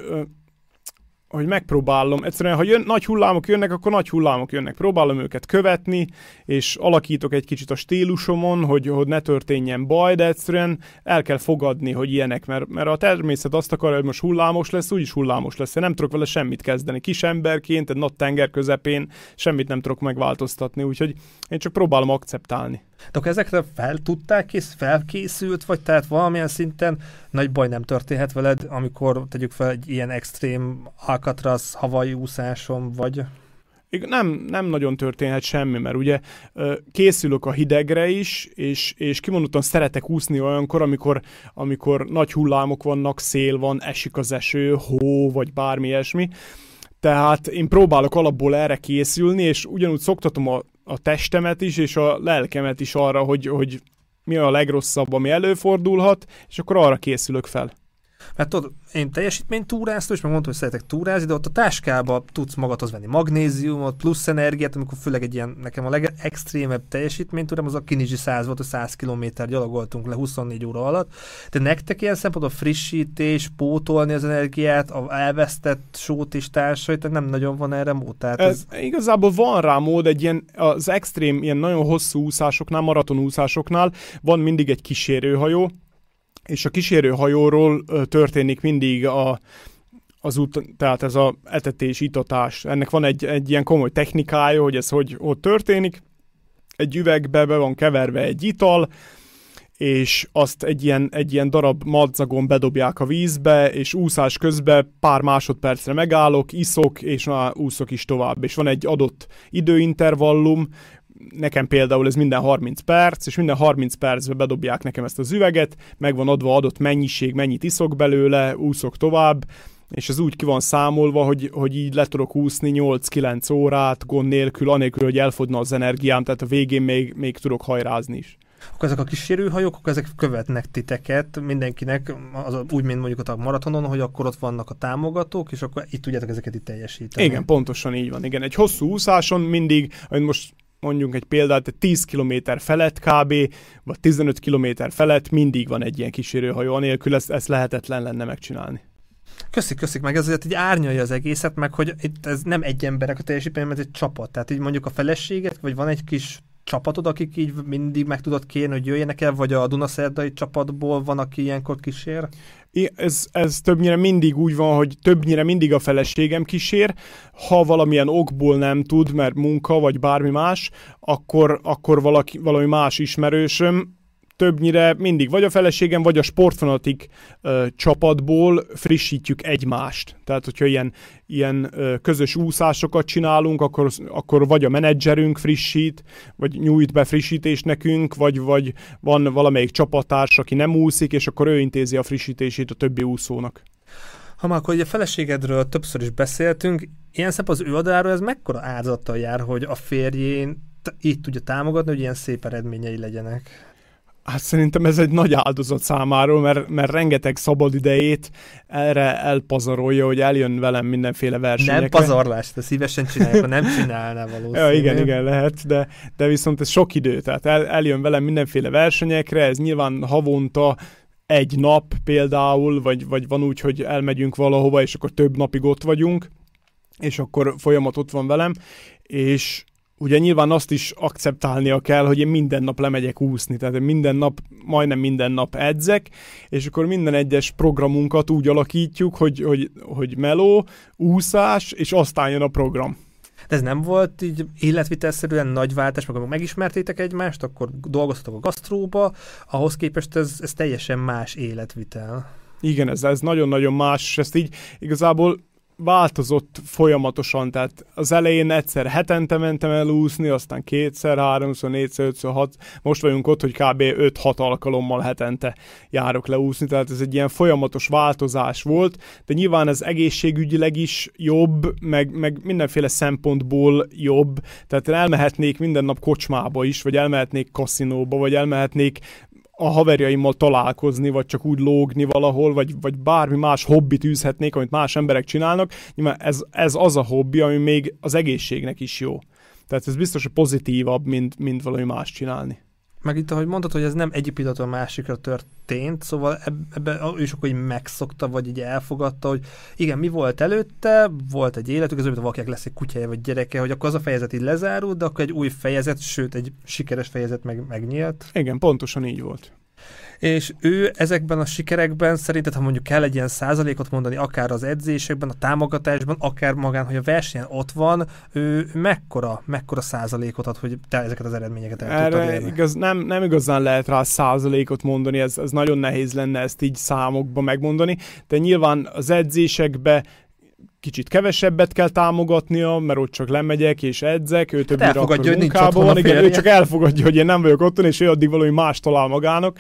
hogy megpróbálom, egyszerűen, ha jön, nagy hullámok jönnek, akkor nagy hullámok jönnek. Próbálom őket követni, és alakítok egy kicsit a stílusomon, hogy, hogy ne történjen baj, de egyszerűen el kell fogadni, hogy ilyenek, mert, mert a természet azt akarja, hogy most hullámos lesz, úgyis hullámos lesz. Én nem tudok vele semmit kezdeni. Kis emberként, egy nagy tenger közepén semmit nem tudok megváltoztatni, úgyhogy én csak próbálom akceptálni. De akkor ezekre fel tudták kész, felkészült, vagy tehát valamilyen szinten nagy baj nem történhet veled, amikor tegyük fel egy ilyen extrém Alcatraz Hawaii úszáson, vagy... Nem, nem nagyon történhet semmi, mert ugye készülök a hidegre is, és, és kimondottan szeretek úszni olyankor, amikor, amikor nagy hullámok vannak, szél van, esik az eső, hó, vagy bármi ilyesmi. Tehát én próbálok alapból erre készülni, és ugyanúgy szoktatom a, a testemet is, és a lelkemet is arra, hogy, hogy mi a legrosszabb, ami előfordulhat, és akkor arra készülök fel. Mert tudod, én teljesítménytúráztam, és meg mondtam, hogy szeretek túrázni, de ott a táskába tudsz magadhoz venni magnéziumot, plusz energiát, amikor főleg egy ilyen, nekem a legextrémebb teljesítménytúrám, az a Kinizsi száz volt, hogy száz kilométer gyalogoltunk le huszonnégy óra alatt. De nektek ilyen szempontból frissítés, pótolni az energiát, a elvesztett sót és társait, tehát nem nagyon van erre mód. Tehát ez, ez... Igazából van rá mód, egy ilyen, az extrém, ilyen nagyon hosszú úszásoknál, maratonúszásoknál van mindig egy kísérőhajó, és a kísérőhajóról történik mindig a, az út, tehát ez az etetés, itatás. Ennek van egy, egy ilyen komoly technikája, hogy ez hogy ott történik. Egy üvegbe be van keverve egy ital, és azt egy ilyen, egy ilyen darab madzagon bedobják a vízbe, és úszás közben pár másodpercre megállok, iszok, és már úszok is tovább. És van egy adott időintervallum, nekem például ez minden harminc perc, és minden harminc percben bedobják nekem ezt az üveget, meg van adva adott mennyiség, mennyit iszok belőle, úszok tovább, és ez úgy ki van számolva, hogy, hogy így le tudok úszni nyolc-kilenc órát, gond nélkül, anélkül, hogy elfogyna az energiám, tehát a végén még, még tudok hajrázni is. Akkor ezek a kísérőhajók, akkor ezek követnek titeket, mindenkinek, az, úgy, mint mondjuk a maratonon, hogy akkor ott vannak a támogatók, és akkor itt tudjátok ezeket itt teljesíteni. Igen, pontosan így van. Igen, egy hosszú úszáson mindig, hogy most mondjunk egy példát, tíz kilométer felett kb, vagy tizenöt kilométer felett mindig van egy ilyen kísérőhajó, anélkül ezt, ezt lehetetlen lenne megcsinálni. Köszik, köszik, meg ez azért így árnyalja az egészet, meg hogy itt ez nem egy emberek a teljesítmény, mert egy csapat. Tehát így mondjuk a feleséget, vagy van egy kis csapatod, akik így mindig meg tudod kérni, hogy jöjjenek el, vagy a Dunaszerdai csapatból van, aki ilyenkor kísér? Ez, ez többnyire mindig úgy van, hogy többnyire mindig a feleségem kísér. Ha valamilyen okból nem tud, mert munka, vagy bármi más, akkor, akkor valaki, valami más ismerősöm, többnyire mindig vagy a feleségem, vagy a Sportfanatik ö, csapatból frissítjük egymást. Tehát, hogyha ilyen, ilyen ö, közös úszásokat csinálunk, akkor, akkor vagy a menedzserünk frissít, vagy nyújt be frissítést nekünk, vagy, vagy van valamelyik csapattárs, aki nem úszik, és akkor ő intézi a frissítését a többi úszónak. Ha már akkor ugye a feleségedről többször is beszéltünk, ilyen szép az ő oldaláról ez mekkora áldozattal jár, hogy a férjén így tudja támogatni, hogy ilyen szép eredményei legyenek? Hát szerintem ez egy nagy áldozat számáról, mert, mert rengeteg szabad idejét erre elpazarolja, hogy eljön velem mindenféle versenyekre. Nem pazarlás, de szívesen csinálják, ha nem csinálná valószínűleg. Ja, igen, igen, lehet, de, de viszont ez sok idő, tehát el, eljön velem mindenféle versenyekre, ez nyilván havonta egy nap például, vagy, vagy van úgy, hogy elmegyünk valahova, és akkor több napig ott vagyunk, és akkor folyamat ott van velem, és ugye nyilván azt is akceptálnia kell, hogy én minden nap lemegyek úszni, tehát minden nap, majdnem minden nap edzek, és akkor minden egyes programunkat úgy alakítjuk, hogy, hogy, hogy meló, úszás, és aztán jön a program. De ez nem volt így életvitelszerűen nagy váltás, meg amikor megismertétek egymást, akkor dolgoztatok a gasztróba, ahhoz képest ez, ez teljesen más életvitel. Igen, ez, ez nagyon-nagyon más, és ezt így igazából változott folyamatosan, tehát az elején egyszer hetente mentem el úszni, aztán kétszer, háromszor, négyszer, ötször, hat, most vagyunk ott, hogy kb. öt-hat alkalommal hetente járok le úszni, tehát ez egy ilyen folyamatos változás volt, de nyilván ez egészségügyileg is jobb, meg, meg mindenféle szempontból jobb, tehát elmehetnék minden nap kocsmába is, vagy elmehetnék kaszinóba, vagy elmehetnék a haverjaimmal találkozni, vagy csak úgy lógni valahol, vagy, vagy bármi más hobbit űzhetnék, amit más emberek csinálnak. Nyilván ez, ez az a hobbi, ami még az egészségnek is jó. Tehát ez biztos, hogy pozitívabb, mint, mint valami más csinálni. Meg itt, ahogy mondtad, hogy ez nem egyik pillanatban a másikra történt, szóval ebben ő is akkor így megszokta, vagy így elfogadta, hogy igen, mi volt előtte, volt egy életük, az olyan, mint valakinek lesz egy kutyája, vagy gyereke, hogy akkor az a fejezet így lezárult, de akkor egy új fejezet, sőt, egy sikeres fejezet meg, megnyílt. Igen, pontosan így volt. És ő ezekben a sikerekben szerinted, ha mondjuk kell egy ilyen százalékot mondani, akár az edzésekben, a támogatásban, akár magán, hogy a versenyen ott van, ő mekkora, mekkora százalékot ad, hogy te ezeket az eredményeket el tudtad érni? Igaz, nem, nem igazán lehet rá százalékot mondani, ez, ez nagyon nehéz lenne ezt így számokba megmondani, de nyilván az edzésekbe kicsit kevesebbet kell támogatnia, mert ott csak lemegyek és edzek, ő többnyire hát akkor munkában van, igen, ő csak elfogadja, hogy én nem vagyok otthon, és ő addig valami más talál magának,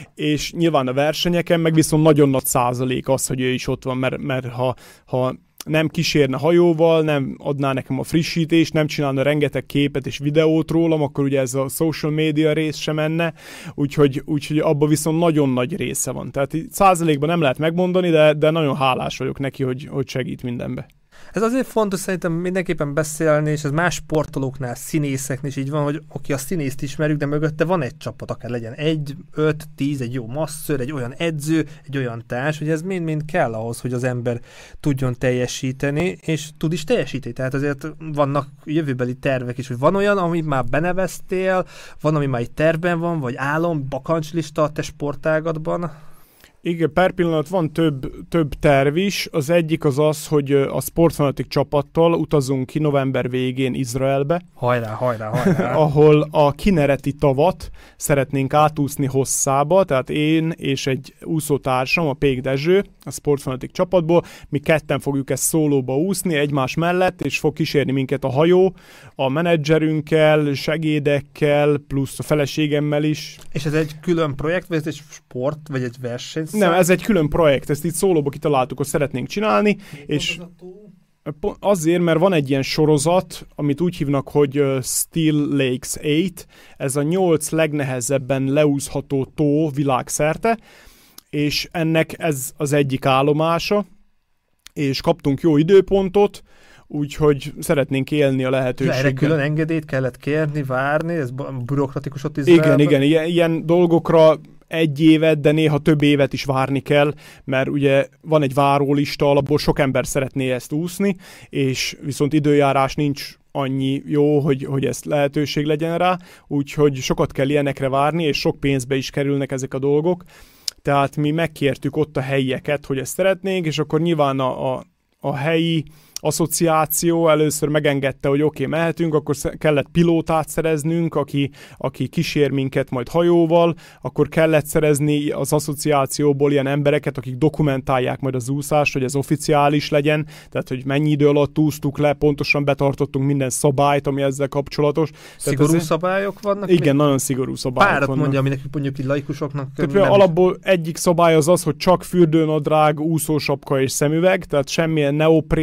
és nyilván a versenyeken meg viszont nagyon nagy százalék az, hogy ő is ott van, mert, mert ha, ha nem kísérne hajóval, nem adná nekem a frissítést, nem csinálna rengeteg képet és videót rólam, akkor ugye ez a social media rész sem menne, úgyhogy, úgyhogy abban viszont nagyon nagy része van. Tehát százalékban nem lehet megmondani, de, de nagyon hálás vagyok neki, hogy, hogy segít mindenbe. Ez azért fontos szerintem mindenképpen beszélni, és ez más sportolóknál, színészeknél is így van, hogy oké, a színészt ismerjük, de mögötte van egy csapat, akár legyen egy, öt, tíz, egy jó masször, egy olyan edző, egy olyan társ, hogy ez mind-mind kell ahhoz, hogy az ember tudjon teljesíteni, és tud is teljesíteni. Tehát azért vannak jövőbeli tervek is, hogy van olyan, amit már beneveztél, van, ami már egy tervben van, vagy álom, bakancslista a te sportágatban. Igen, per pillanat van több, több terv is. Az egyik az az, hogy a Sportfanatic csapattal utazunk ki november végén Izraelbe. Hajrá, hajrá, hajrá. Ahol a Kinereti tavat szeretnénk átúszni hosszába, tehát én és egy úszótársam, a Pék Dezső, a Sportfanatic csapatból, mi ketten fogjuk ezt szólóba úszni egymás mellett, és fog kísérni minket a hajó, a menedzserünkkel, segédekkel, plusz a feleségemmel is. És ez egy külön projekt, vagy ez egy sport, vagy egy verseny? Nem, ez egy külön projekt, ezt itt szólóba kitaláltuk, hogy szeretnénk csinálni, mi és azért, mert van egy ilyen sorozat, amit úgy hívnak, hogy uh, Steel Lakes nyolc, ez a nyolc legnehezebben leúszható tó világszerte, és ennek ez az egyik állomása, és kaptunk jó időpontot, úgyhogy szeretnénk élni a lehetőséggel. Ja, erre külön engedélyt kellett kérni, várni, ez bürokratikus ott Izraelben? Igen, igen, ilyen, ilyen dolgokra egy évet, de néha több évet is várni kell, mert ugye van egy várólista, alapból sok ember szeretné ezt úszni, és viszont időjárás nincs annyi jó, hogy, hogy ezt lehetőség legyen rá, úgyhogy sokat kell ilyenekre várni, és sok pénzbe is kerülnek ezek a dolgok. Tehát mi megkértük ott a helyieket, hogy ezt szeretnénk, és akkor nyilván a, a, a helyi asszociáció először megengedte, hogy oké, okay, mehetünk, akkor kellett pilótát szereznünk, aki, aki kísér minket majd hajóval, akkor kellett szerezni az asszociációból ilyen embereket, akik dokumentálják majd az úszást, hogy ez oficiális legyen, tehát hogy mennyi idő alatt úsztuk le, pontosan betartottunk minden szabályt, ami ezzel kapcsolatos. Szigorú azért, szabályok vannak? Igen, még? Nagyon szigorú szabályok Párat vannak. mondja, aminek mondjuk így laikusoknak. Tehát alapból egyik szabály az az, hogy csak fürdőnadrág, úszósapka és szemüveg, tehát semmilyen neoprén, semmilyen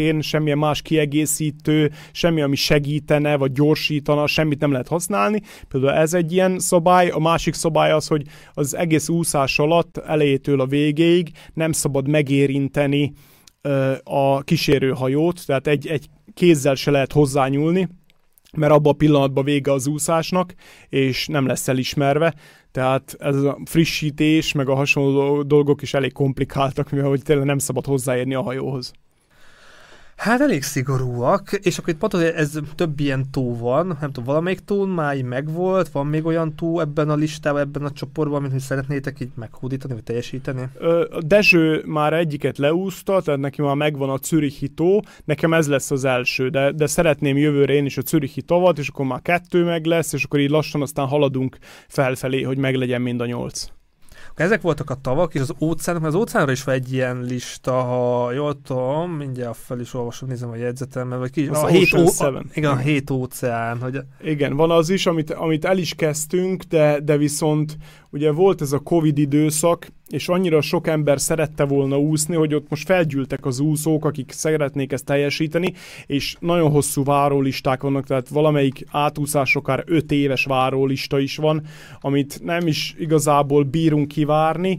semmilyen más kiegészítő, semmi, ami segítene, vagy gyorsítana, semmit nem lehet használni. Például ez egy ilyen szabály. A másik szabály az, hogy az egész úszás alatt elejétől a végéig nem szabad megérinteni ö, a kísérőhajót, tehát egy, egy kézzel se lehet hozzányúlni, mert abban a pillanatban vége az úszásnak, és nem lesz elismerve. Tehát ez a frissítés, meg a hasonló dolgok is elég komplikáltak, mivel hogy tényleg nem szabad hozzáérni a hajóhoz. Hát elég szigorúak, és akkor itt pont, hogy ez több ilyen tó van, nem tudom, valamelyik tó már így megvolt, van még olyan tó ebben a listában, ebben a csoportban, mint hogy szeretnétek így meghódítani, vagy teljesíteni? A Dezső már egyiket leúszta, tehát neki már megvan a zürichi tó, nekem ez lesz az első, de, de szeretném jövőre én is a zürichi tavat, és akkor már kettő meg lesz, és akkor így lassan aztán haladunk felfelé, hogy meglegyen mind a nyolc. Ezek voltak a tavak, és az óceánok, mert az óceánra is van egy ilyen lista, ha jól tudom, mindjárt fel is olvasom, nézem a jegyzetemben, vagy ki, a, hét ó, a, igen, a hét óceán. Hogy... Igen, van az is, amit, amit el is kezdtünk, de, de viszont ugye volt ez a Covid időszak, és annyira sok ember szerette volna úszni, hogy ott most felgyűltek az úszók, akik szeretnék ezt teljesíteni, és nagyon hosszú várólisták vannak, tehát valamelyik átúszás akár öt éves várólista is van, amit nem is igazából bírunk kivárni,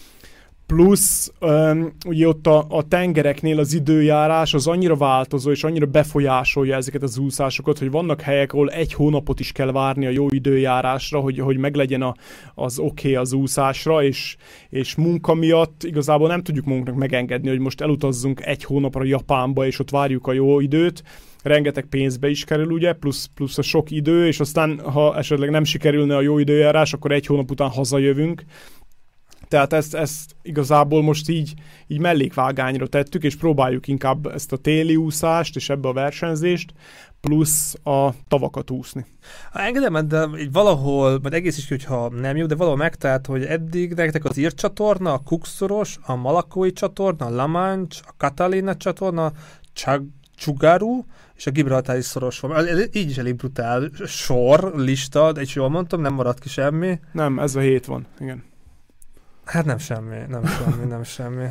plusz um, ugye ott a, a tengereknél az időjárás az annyira változó, és annyira befolyásolja ezeket az úszásokat, hogy vannak helyek, ahol egy hónapot is kell várni a jó időjárásra, hogy, hogy meglegyen a, az oké okay az úszásra, és, és munka miatt igazából nem tudjuk magunknak megengedni, hogy most elutazzunk egy hónapra Japánba, és ott várjuk a jó időt. Rengeteg pénzbe is kerül, ugye, plusz, plusz a sok idő, és aztán, ha esetleg nem sikerülne a jó időjárás, akkor egy hónap után hazajövünk. Tehát ezt, ezt igazából most így, így mellékvágányra tettük, és próbáljuk inkább ezt a téli úszást, és ebbe a versenyzést, plusz a tavakat úszni. Engedem, de így valahol, majd egész is, hogyha nem jó, de valahol megtalált, hogy eddig nektek az Ír csatorna, a Cook-szoros, a Malakói csatorna, a La Manche, a Catalina csatorna, Chag Csugaru, és a Gibraltári szoros van. Így is elég brutál sor, lista, de és jól mondtam, nem maradt ki semmi. Nem, ez a hét van, igen. Hát nem semmi, nem semmi, nem semmi.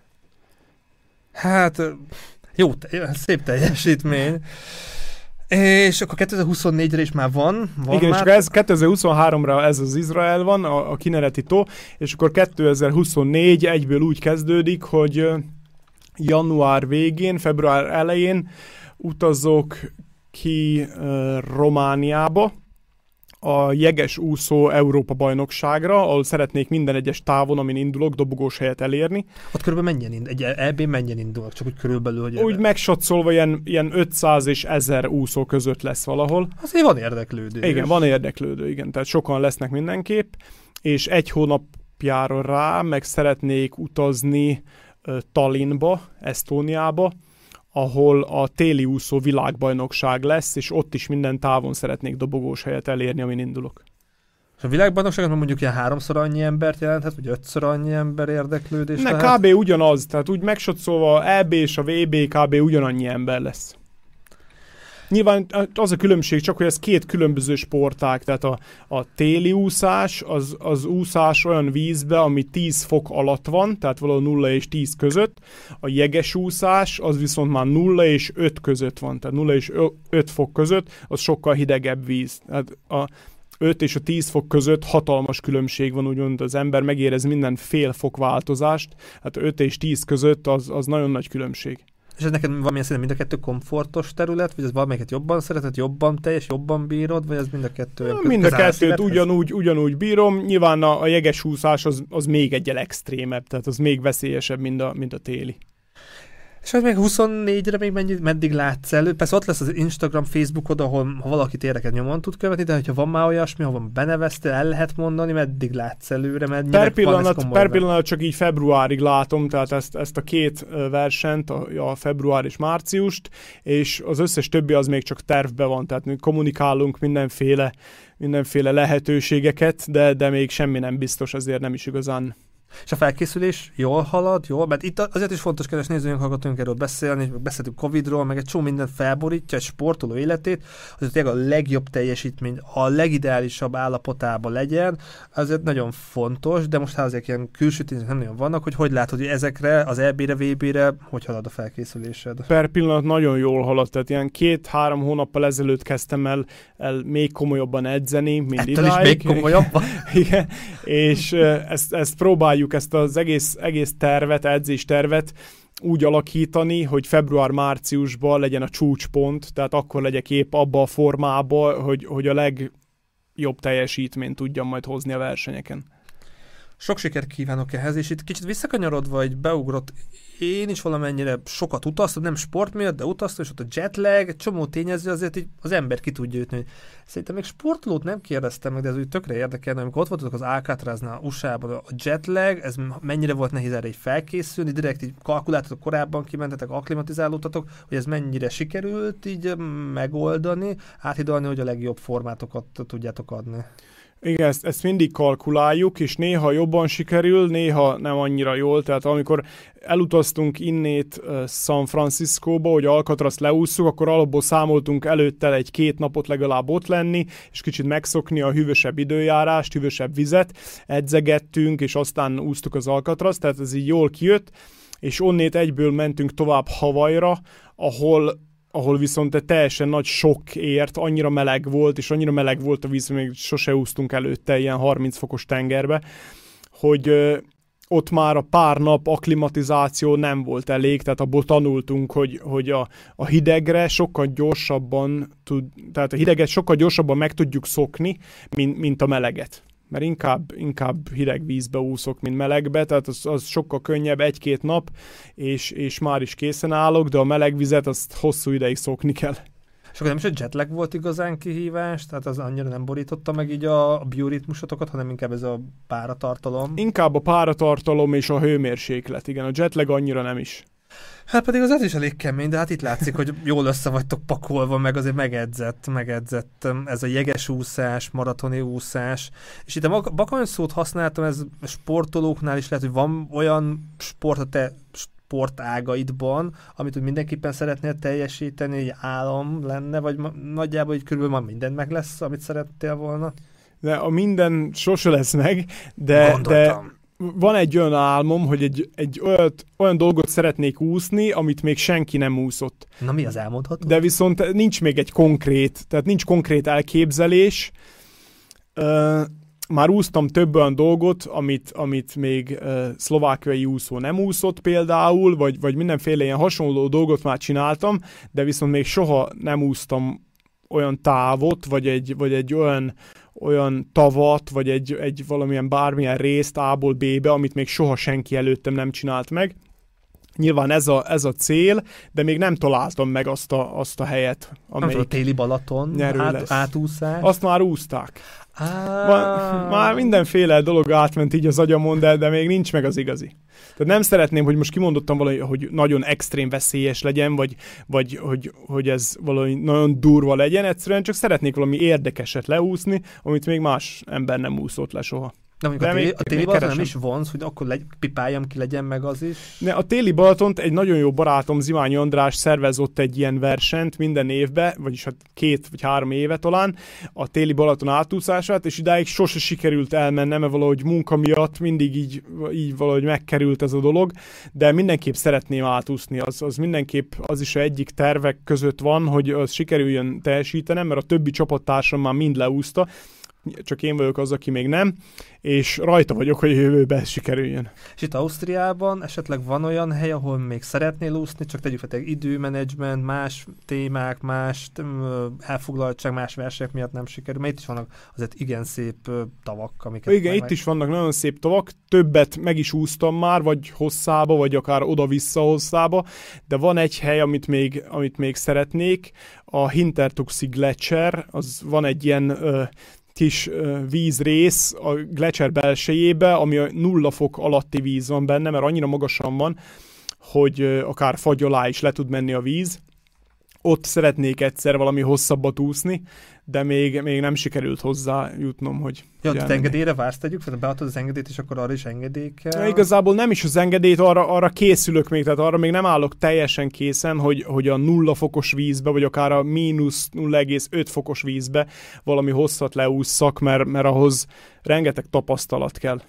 Hát jó, szép teljesítmény. És akkor kétezer-huszonnégyre is már van. van Igen, már... és ez kétezer-huszonháromra ez az Izrael van, a, a Kinereti tó, és akkor kétezer-huszonnégy egyből úgy kezdődik, hogy január végén, február elején utazok ki uh, Romániába, a jeges úszó Európa-bajnokságra, ahol szeretnék minden egyes távon, amin indulok, dobogós helyet elérni. Ott körülbelül mennyien indul? Egy é bén mennyien indulok? Csak úgy körülbelül, hogy... Úgy megsatszolva ilyen, ilyen ötszáz és ezer úszó között lesz valahol. Azért van érdeklődő. Igen, van érdeklődő, igen. Tehát sokan lesznek mindenképp, és egy hónapjára rá meg szeretnék utazni uh, Tallinnba, Esztóniába, ahol a téli úszó világbajnokság lesz, és ott is minden távon szeretnék dobogós helyet elérni, amin indulok. És a világbajnokságon mondjuk ilyen háromszor annyi embert jelenthet, vagy ötször annyi ember érdeklődés Ne, lehet? kb. Ugyanaz, tehát úgy megsatszolva é bé és a vé bé kb. Ugyanannyi ember lesz. Nyilván az a különbség csak, hogy ez két különböző sportág, tehát a, a téli úszás, az, az úszás olyan vízbe, ami tíz fok alatt van, tehát valahol nulla és tíz között, a jeges úszás, az viszont már nulla és öt között van, tehát nulla és öt fok között, az sokkal hidegebb víz. Tehát a öt és a tíz fok között hatalmas különbség van, úgymond az ember megérez minden fél fok változást, hát öt és tíz között az, az nagyon nagy különbség. És ez neked valamilyen szerintem mind a kettő komfortos terület, vagy ez valamelyiket jobban szereted, jobban teljes, jobban bírod, vagy ez mind a kettő? Na, mind a kettőt ugyanúgy, ugyanúgy bírom. Nyilván a, a jeges úszás az, az még egyel extrémebb, tehát az még veszélyesebb, mint a, mint a téli. És hogy még huszonnégyre még mennyi, meddig látsz elő? Persze ott lesz az Instagram, Facebookod, ahol ha valakit érdekel, nyomon tud követni, de hogyha van már olyasmi, ha van beneveztél, el lehet mondani, meddig látsz előre, mert per pillanat, per pillanat csak így februárig látom, tehát ezt, ezt a két versenyt, a, a február és márciust, és az összes többi az még csak tervben van, tehát mi kommunikálunk mindenféle, mindenféle lehetőségeket, de, de még semmi nem biztos, azért nem is igazán És a felkészülés jól halad, jól? Mert itt azért is fontos, kedves nézőink, hallgatóink erről beszélni, beszéltünk Covidról, meg egy csomó minden felborítja egy sportoló életét, azért tényleg a legjobb teljesítmény, a legideálisabb állapotában legyen, azért nagyon fontos, de most hát azért ilyen külső tények nem nagyon vannak, hogy hogy látod, hogy ezekre, az é bé-re, vé bé-re, hogy halad a felkészülésed? Per pillanat nagyon jól halad, tehát ilyen két-három hónappal ezelőtt kezdtem el, el még komolyabban edzeni, mint Ettől idáig. Is még komolyabban? Igen, és ezt, ezt próbáljuk ezt az egész, egész tervet, edzéstervet úgy alakítani, hogy február-márciusban legyen a csúcspont, tehát akkor legyek épp abba a formába, hogy, hogy a legjobb teljesítményt tudjam majd hozni a versenyeken. Sok sikert kívánok ehhez, és itt kicsit visszakanyarodva, egy beugrott, én is valamennyire sokat utaztam, nem sport miatt, de utaztam, és ott a jetlag, egy csomó tényező, azért így az ember ki tudja ütni. Szerintem még sportolót nem kérdeztem meg, de ez úgy tökre érdekelne, amikor ott voltatok az Alcatraznál, u es á-ban, a jetlag, ez mennyire volt nehéz erre így felkészülni, direkt így kalkuláltatok, korábban kimentetek, akklimatizálódtatok, hogy ez mennyire sikerült így megoldani, áthidalni, hogy a legjobb formátokat tudjátok adni. Igen, ezt, ezt mindig kalkuláljuk, és néha jobban sikerül, néha nem annyira jól. Tehát amikor elutaztunk innét uh, San Franciscóba, hogy Alcatrazt leússzuk, akkor alapból számoltunk előtte egy-két napot legalább ott lenni, és kicsit megszokni a hűvösebb időjárást, hűvösebb vizet, edzegettünk, és aztán úsztuk az Alcatrazt, tehát ez így jól kijött, és onnét egyből mentünk tovább Hawaii-ra, ahol ahol viszont egy teljesen nagy sok ért, annyira meleg volt, és annyira meleg volt a víz, még sose úsztunk előtte ilyen harminc fokos tengerbe, hogy ö, ott már a pár nap akklimatizáció nem volt elég, tehát abból tanultunk, hogy, hogy a, a hidegre sokkal gyorsabban tud, tehát a hideget sokkal gyorsabban meg tudjuk szokni, mint, mint a meleget. Mert inkább, inkább hideg vízbe úszok, mint melegbe, tehát az, az sokkal könnyebb, egy-két nap, és, és már is készen állok, de a meleg vizet azt hosszú ideig szokni kell. És akkor nem is a jetlag volt igazán kihívás, tehát az annyira nem borította meg így a, a bioritmusotokat, hanem inkább ez a páratartalom? Inkább a páratartalom és a hőmérséklet, igen, a jetlag annyira nem is. Hát pedig az, az is elég kemény, de hát itt látszik, hogy jól össze vagytok pakolva, meg azért megedzett, megedzett ez a jeges úszás, maratoni úszás. És itt a bakancsót használtam, ez sportolóknál is lehet, hogy van olyan sport a te sportágaidban, amit úgy mindenképpen szeretnél teljesíteni, egy álom lenne, vagy nagyjából így körülbelül már mindent meg lesz, amit szerettél volna? De a minden sose lesz meg, de... de... Van egy olyan álmom, hogy egy, egy olyat, olyan dolgot szeretnék úszni, amit még senki nem úszott. Na mi az elmondható? De viszont nincs még egy konkrét, tehát nincs konkrét elképzelés. Uh, már úsztam több olyan dolgot, amit, amit még uh, szlovákiai úszó nem úszott például, vagy, vagy mindenféle ilyen hasonló dolgot már csináltam, de viszont még soha nem úsztam olyan távot, vagy egy, vagy egy olyan olyan tavat, vagy egy, egy valamilyen bármilyen részt A-ból B-be, amit még soha senki előttem nem csinált meg. Nyilván ez a, ez a cél, de még nem találtam meg azt a, azt a helyet, amelyik a téli Balaton át, átúszás. Azt már úszták. Van, már mindenféle dolog átment így az agyamon, de, de még nincs meg az igazi. Tehát nem szeretném, hogy most kimondottam valahogy, hogy nagyon extrém veszélyes legyen, vagy, vagy hogy, hogy ez valahogy nagyon durva legyen, egyszerűen csak szeretnék valami érdekeset leúszni, amit még más ember nem úszott le soha. De mondjuk de a téli, a téli Balaton nem is vonz, hogy akkor legy, pipáljam ki, legyen meg az is? Ne, a téli Balatont egy nagyon jó barátom, Zimányi András szervezott egy ilyen versenyt minden évben, vagyis hát két vagy három éve talán, a téli Balaton átúszását, és idáig sose sikerült elmennem, mert valahogy munka miatt mindig így, így valahogy megkerült ez a dolog, de mindenképp szeretném átúszni, az, az mindenképp az is egyik tervek között van, hogy az sikerüljön teljesítenem, mert a többi csapattársam már mind leúszta, csak én vagyok az, aki még nem, és rajta vagyok, hogy jövőben sikerüljön. És itt Ausztriában esetleg van olyan hely, ahol még szeretnél úszni, csak tegyük fel időmenedzsment, más témák, más elfoglaltság, más versenyek miatt nem sikerül, mert itt is vannak azért igen szép tavak, amiket... Igen, itt meg... is vannak nagyon szép tavak, többet meg is úsztam már, vagy hosszába, vagy akár oda-vissza hosszába, de van egy hely, amit még, amit még szeretnék, a Hintertuxi Gletscher, az van egy ilyen... Ö, kis uh, vízrész a Gletscher belsejébe, ami a nulla fok alatti víz van benne, mert annyira magasan van, hogy uh, akár fagy alá is le tud menni a víz. ott szeretnék egyszer valami hosszabbat úszni, de még, még nem sikerült hozzá jutnom, hogy... Ja, az engedélyre vársz, tegyük fel, beadod az engedélyt, és akkor arra is engedély kell. Ja, igazából nem is az engedélyt, arra, arra készülök még, tehát arra még nem állok teljesen készen, hogy, hogy a nulla fokos vízbe, vagy akár a mínusz nulla egész öt fokos vízbe valami hosszat leússzak, mert, mert ahhoz rengeteg tapasztalat kell.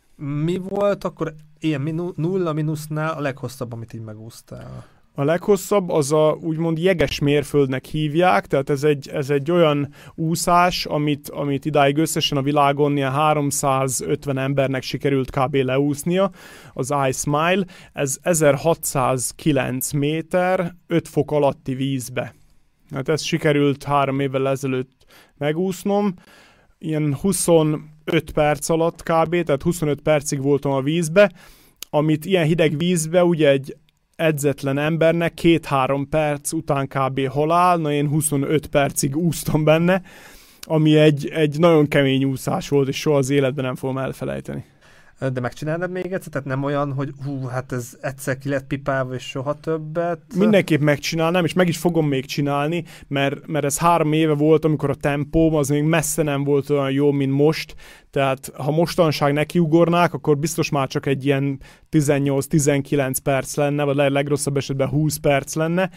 Mi volt akkor ilyen minu- nulla mínusznál a leghosszabb, amit így megúsztál? A leghosszabb az a úgymond jeges mérföldnek hívják, tehát ez egy, ez egy olyan úszás, amit, amit idáig összesen a világon ilyen háromszázötven embernek sikerült kb. Leúsznia, az Ice Mile, ez ezerhatszázkilenc méter, öt fok alatti vízbe. Hát ezt sikerült három évvel ezelőtt megúsznom, ilyen huszonöt perc alatt kb., tehát huszonöt percig voltam a vízbe, amit ilyen hideg vízbe ugye egy edzetlen embernek két-három perc után kb. Halál, na én huszonöt percig úsztam benne, ami egy, egy nagyon kemény úszás volt, és soha az életben nem fogom elfelejteni. De megcsinálnád még egyszer? Tehát nem olyan, hogy hú, hát ez egyszer ki lett pipálva, és soha többet? Mindenképp megcsinálnám, és meg is fogom még csinálni, mert, mert ez három éve volt, amikor a tempóm az még messze nem volt olyan jó, mint most, tehát ha mostanság nekiugornák, akkor biztos már csak egy ilyen tizennyolc-tizenkilenc perc lenne, vagy legrosszabb esetben húsz perc lenne,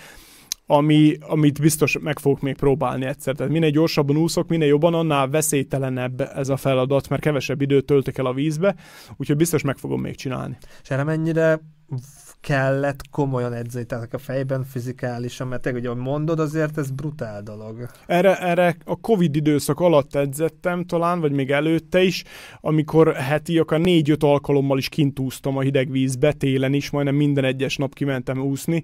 Ami, amit biztos meg fogok még próbálni egyszer. Tehát minél gyorsabban úszok, minél jobban, annál veszélytelenebb ez a feladat, mert kevesebb időt töltök el a vízbe, úgyhogy biztos meg fogom még csinálni. És erre mennyire kellett komolyan edzeni, tehát a fejben fizikálisan, mert te, ugye, ahogy mondod, azért ez brutál dolog. Erre, erre a Covid időszak alatt edzettem talán, vagy még előtte is, amikor heti akár négy-öt alkalommal is kint úsztam a hideg vízbe, télen is, majdnem minden egyes nap kimentem úszni,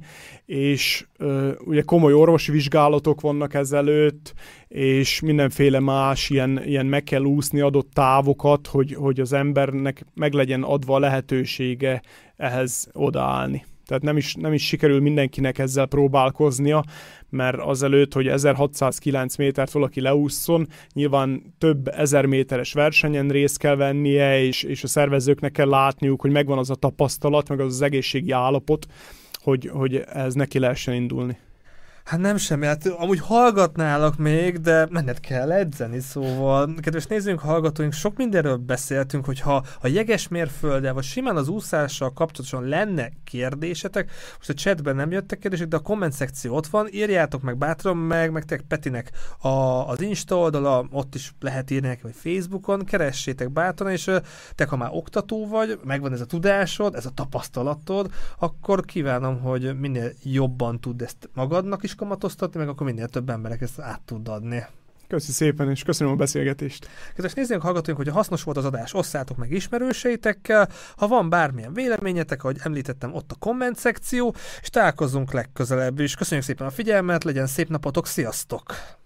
és ö, ugye komoly orvosi vizsgálatok vannak ezelőtt, és mindenféle más ilyen, ilyen meg kell úszni adott távokat, hogy, hogy az embernek meg legyen adva a lehetősége ehhez odaállni. Tehát nem is, nem is sikerül mindenkinek ezzel próbálkoznia, mert azelőtt, hogy ezerhatszázkilenc métert valaki leússzon, nyilván több ezer méteres versenyen részt kell vennie, és, és a szervezőknek kell látniuk, hogy megvan az a tapasztalat, meg az az egészségi állapot, hogy, hogy ez neki lehessen indulni. Hát nem semmi, hát amúgy hallgatnálak még, de menned kell edzeni, szóval. Kedves nézőink, hallgatóink, sok mindenről beszéltünk, hogy ha a jegesmérfölddel, vagy simán az úszással kapcsolatosan lenne kérdésetek, most a chatben nem jöttek kérdések, de a komment szekció ott van, írjátok meg bátran meg, meg te Petinek a, az Insta oldala, ott is lehet írni neki, vagy Facebookon, keressétek bátran, és te, ha már oktató vagy, megvan ez a tudásod, ez a tapasztalatod, akkor kívánom, hogy minél jobban tudd ezt magadnak is kamatoztatni, meg akkor minél több emberek ezt át tud adni. Köszi szépen, és köszönöm a beszélgetést. Kedves nézzünk, hallgatóink, hogyha hasznos volt az adás, osszátok meg ismerőseitekkel. Ha van bármilyen véleményetek, ahogy említettem, ott a komment szekció, és találkozzunk legközelebb is. Köszönjük szépen a figyelmet, legyen szép napotok, sziasztok!